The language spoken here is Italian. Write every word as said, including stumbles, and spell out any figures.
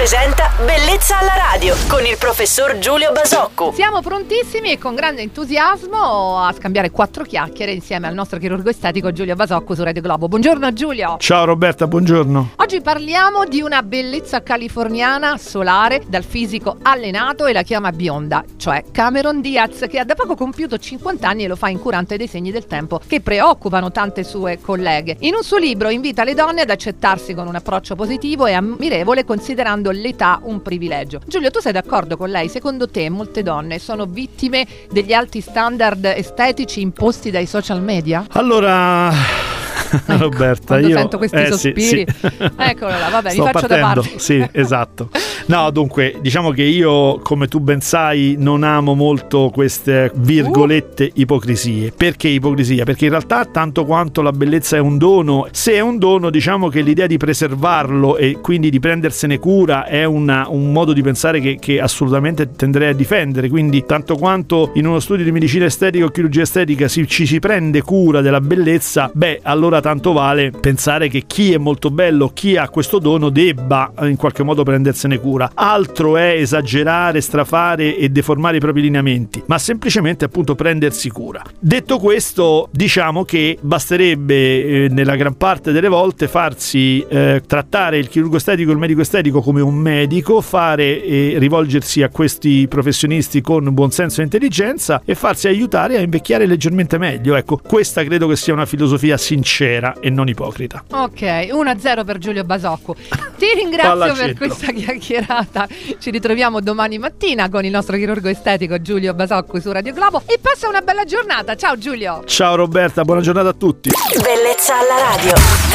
presenta Bellezza alla radio con il professor Giulio Basocco. Siamo prontissimi e con grande entusiasmo a scambiare quattro chiacchiere insieme al nostro chirurgo estetico Giulio Basocco su Radio Globo. Buongiorno Giulio. Ciao Roberta, buongiorno. Oggi parliamo di una bellezza californiana solare dal fisico allenato e la chiama bionda, cioè Cameron Diaz, che ha da poco compiuto cinquanta anni e lo fa incurante dei segni del tempo che preoccupano tante sue colleghe. In un suo libro invita le donne ad accettarsi con un approccio positivo e ammirevole, considerando l'età un privilegio. Giulio, tu sei d'accordo con lei? Secondo te molte donne sono vittime degli alti standard estetici imposti dai social media? Allora... Ecco, Roberta, io sento questi eh, sospiri, sì, sì. Eccolo là, vabbè, Sto mi faccio partendo. da parte. Sì, esatto. No, dunque, diciamo che io, come tu ben sai, non amo molto queste virgolette uh. ipocrisie. Perché ipocrisia? Perché in realtà, tanto quanto la bellezza è un dono, se è un dono, diciamo che l'idea di preservarlo e quindi di prendersene cura è una, un modo di pensare che, che assolutamente tenderei a difendere. Quindi, tanto quanto in uno studio di medicina estetica o chirurgia estetica si, ci si prende cura della bellezza, beh, allora tanto vale pensare che chi è molto bello, chi ha questo dono, debba in qualche modo prendersene cura. Altro è esagerare, strafare e deformare i propri lineamenti, ma semplicemente appunto prendersi cura. Detto questo, diciamo che basterebbe eh, nella gran parte delle volte farsi eh, trattare il chirurgo estetico, il medico estetico come un medico, fare e rivolgersi a questi professionisti con buonsenso e intelligenza e farsi aiutare a invecchiare leggermente meglio. Ecco, questa credo che sia una filosofia sincera e non ipocrita. Ok, uno a zero per Giulio Basocco. Ti ringrazio per questa chiacchierata. Ci ritroviamo domani mattina con il nostro chirurgo estetico Giulio Basocco su Radio Globo e passa una bella giornata. Ciao Giulio. Ciao Roberta, buona giornata a tutti. Bellezza alla radio.